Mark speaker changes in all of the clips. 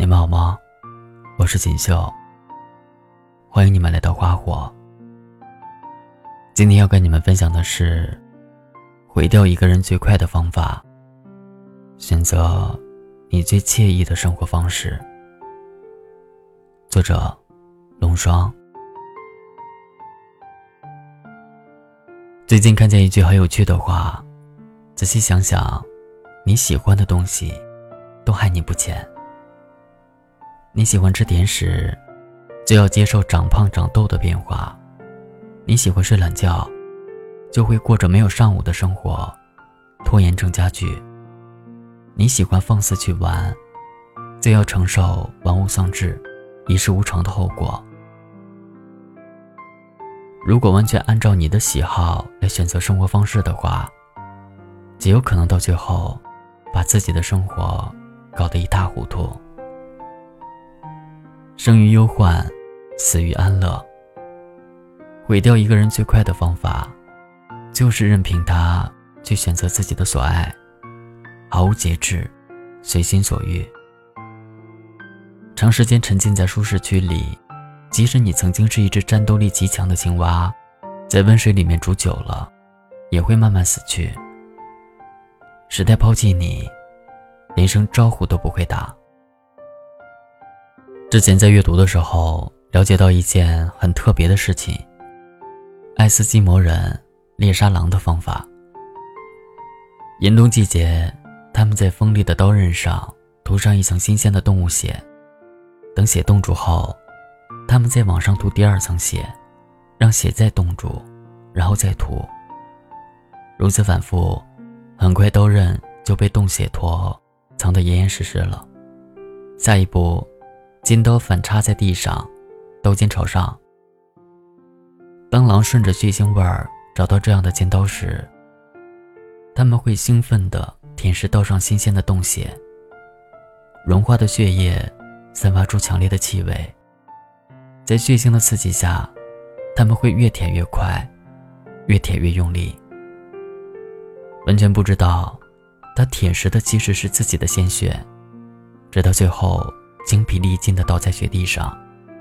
Speaker 1: 你们好吗？我是锦绣，欢迎你们来到花火。今天要跟你们分享的是毁掉一个人最快的方法，选择你最惬意的生活方式。作者龙霜。最近看见一句很有趣的话，仔细想想，你喜欢的东西都害你不浅。你喜欢吃甜食，就要接受长胖长痘的变化；你喜欢睡懒觉，就会过着没有上午的生活，拖延症加剧；你喜欢放肆去玩，就要承受玩物丧志、一事无成的后果。如果完全按照你的喜好来选择生活方式的话，极有可能到最后把自己的生活搞得一塌糊涂。生于忧患，死于安乐。毁掉一个人最快的方法，就是任凭他去选择自己的所爱，毫无节制，随心所欲。长时间沉浸在舒适区里，即使你曾经是一只战斗力极强的青蛙，在温水里面煮久了，也会慢慢死去。时代抛弃你，连声招呼都不会打。之前在阅读的时候，了解到一件很特别的事情，爱斯基摩人猎杀狼的方法。严冬季节，他们在锋利的刀刃上涂上一层新鲜的动物血，等血冻住后，他们再往上涂第二层血，让血再冻住，然后再涂。如此反复，很快刀刃就被冻血坨藏得严严实实了。下一步，尖刀反插在地上，刀尖朝上。当狼顺着血腥味儿找到这样的尖刀时，他们会兴奋地舔舐刀上新鲜的冻血，融化的血液散发出强烈的气味。在血腥的刺激下，他们会越舔越快，越舔越用力，完全不知道他舔舐的其实是自己的鲜血，直到最后精疲力尽地倒在雪地上。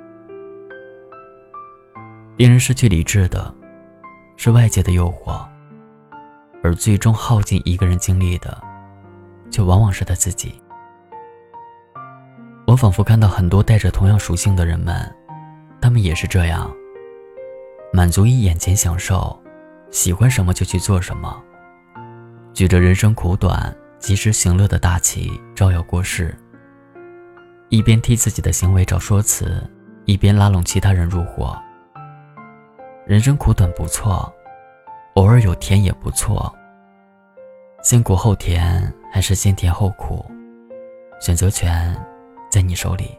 Speaker 1: 令人失去理智的是外界的诱惑，而最终耗尽一个人精力的却往往是他自己。我仿佛看到很多带着同样属性的人们，他们也是这样，满足于眼前享受，喜欢什么就去做什么，举着人生苦短及时行乐的大旗招摇过市，一边替自己的行为找说辞，一边拉拢其他人入伙。人生苦短不错，偶尔有甜也不错，先苦后甜还是先甜后苦，选择权在你手里。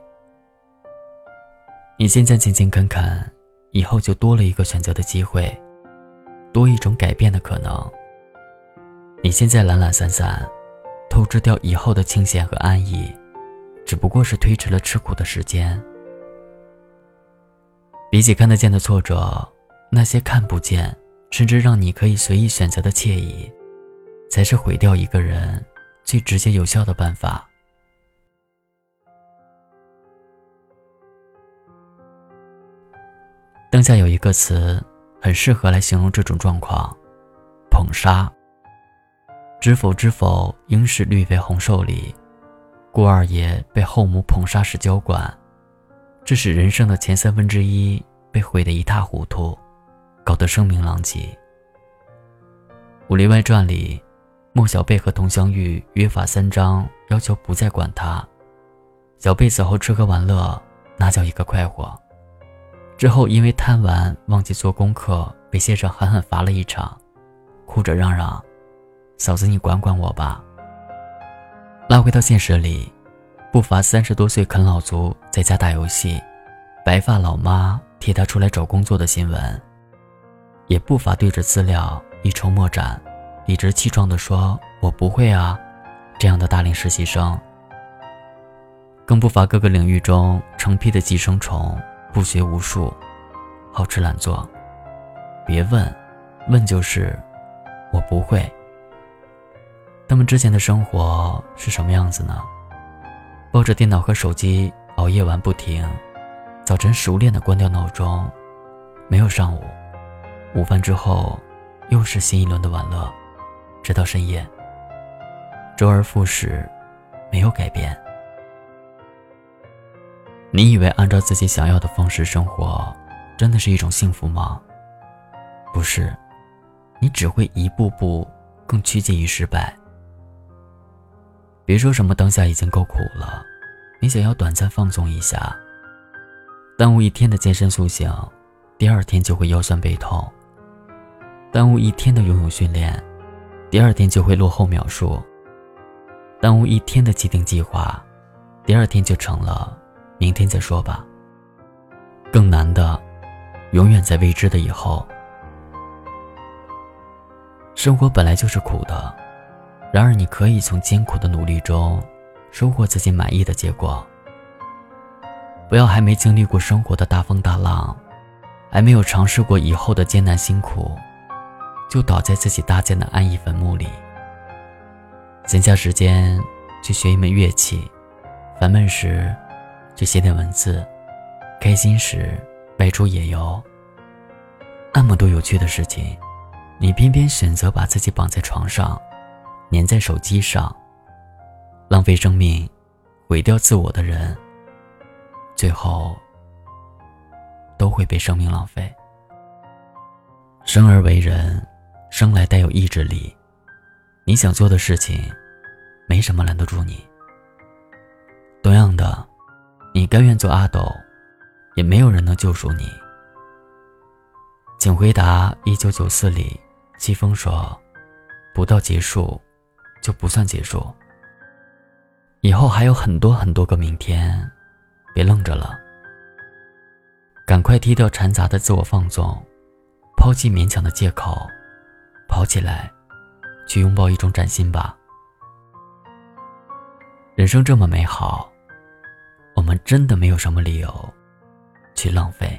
Speaker 1: 你现在勤勤恳恳，以后就多了一个选择的机会，多一种改变的可能。你现在懒懒散散，透支掉以后的清闲和安逸，只不过是推迟了吃苦的时间。比起看得见的挫折，那些看不见甚至让你可以随意选择的惬意，才是毁掉一个人最直接有效的办法。当下有一个词很适合来形容这种状况，捧杀。知否知否，应是绿肥红瘦里，郭二爷被后母捧杀式娇惯，致使人生的前1/3被毁得一塌糊涂，搞得声名狼藉。《武林外传》里，莫小贝和佟湘玉约法3章，要求不再管他。小贝死后吃喝玩乐，那叫一个快活。之后因为贪玩忘记做功课，被先生狠狠罚了一场，哭着嚷嚷：“嫂子你管管我吧。”拉回到现实里，不乏30多岁啃老族在家打游戏，白发老妈替他出来找工作的新闻，也不乏对着资料一筹莫展，理直气壮地说我不会啊这样的大龄实习生，更不乏各个领域中成批的寄生虫，不学无术，好吃懒做。别问，问就是我不会。他们之前的生活是什么样子呢？ 抱着电脑和手机熬夜玩不停，早晨熟练地关掉闹钟，没有上午，午饭之后又是新一轮的玩乐，直到深夜，周而复始，没有改变。你以为按照自己想要的方式生活，真的是一种幸福吗？不是，你只会一步步更趋近于失败。别说什么当下已经够苦了，你想要短暂放纵一下，耽误一天的健身塑形，第二天就会腰酸背痛；耽误一天的游泳训练，第二天就会落后秒数；耽误一天的既定计划，第二天就成了明天再说吧。更难的，永远在未知的以后。生活本来就是苦的，然而你可以从艰苦的努力中收获自己满意的结果。不要还没经历过生活的大风大浪，还没有尝试过以后的艰难辛苦，就倒在自己搭建的安逸坟墓里。闲暇时间去学一门乐器，烦闷时去写点文字，开心时外出野游。那么多有趣的事情，你偏偏选择把自己绑在床上，粘在手机上，浪费生命，毁掉自我的人，最后都会被生命浪费。生而为人，生来带有意志力，你想做的事情，没什么拦得住你。同样的，你甘愿做阿斗，也没有人能救赎你。请回答1994里西风说，不到结束就不算结束。以后还有很多很多个明天，别愣着了，赶快踢掉掺杂的自我放纵，抛弃勉强的借口，跑起来，去拥抱一种崭新吧。人生这么美好，我们真的没有什么理由去浪费。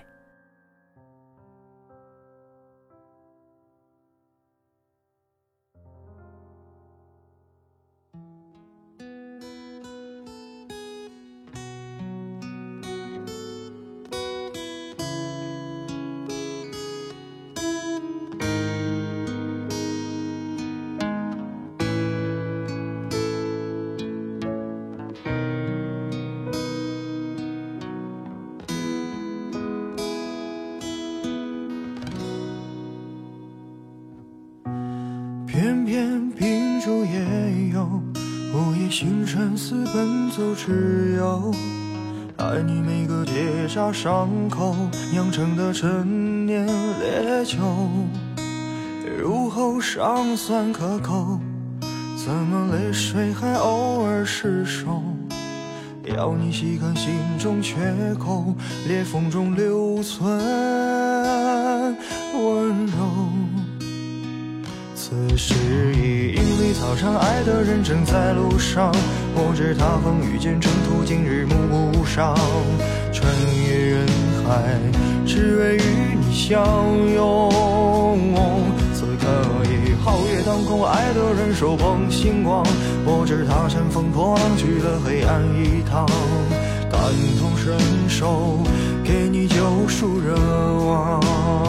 Speaker 2: 偏偏秉烛夜游，午夜星辰似奔走之友，爱你每个结痂伤口酿成的陈年烈酒，入喉尚算可口，怎么泪水还偶尔失手？要你细看心中缺口，裂缝中留存温柔。此时已莺飞草长，爱的人正在路上，我知他风雨兼程途经日暮不赏，穿越人海，只为与你相拥。此刻已皓月当空，爱的人手捧星光，我知他乘风破浪去了黑暗一趟，感同身受，给你救赎热望。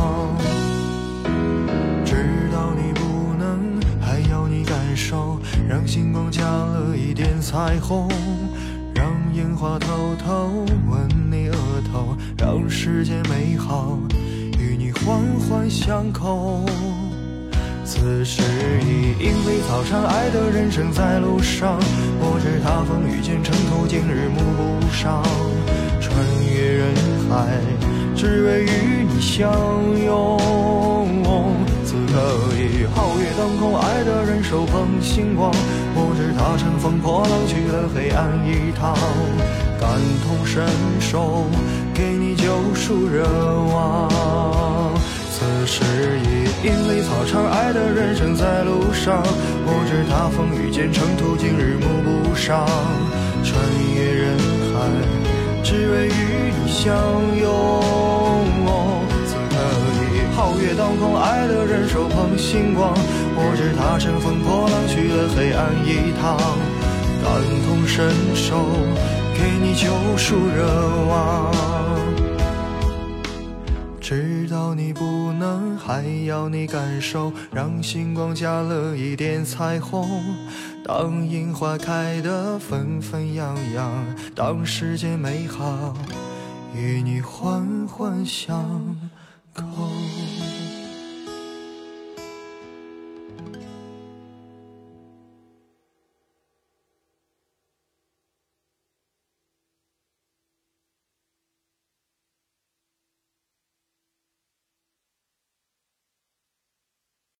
Speaker 2: 让星光加了一点彩虹，让烟花偷偷吻你额头，让世界美好与你环环相扣。此时已莺飞草长，爱的人生在路上，我知他风雨兼程途经日暮不赏，穿越人海，只为与你相拥。此刻已皓月当空，爱的人手捧星光，我知他乘风破浪去了黑暗一趟，感同身受，给你救赎热望。此时已莺飞草长，爱的人生在路上，我知他风雨兼程途经日暮不赏，穿越人海，只为与你相拥。皓月当空，爱的人手捧星光，我知他乘风破浪去了黑暗一趟，感同伸手，给你救赎热望。知道你不能，还要你感受，让星光加了一点彩虹。当樱花开得纷纷扬扬，当世界美好与你环环相扣。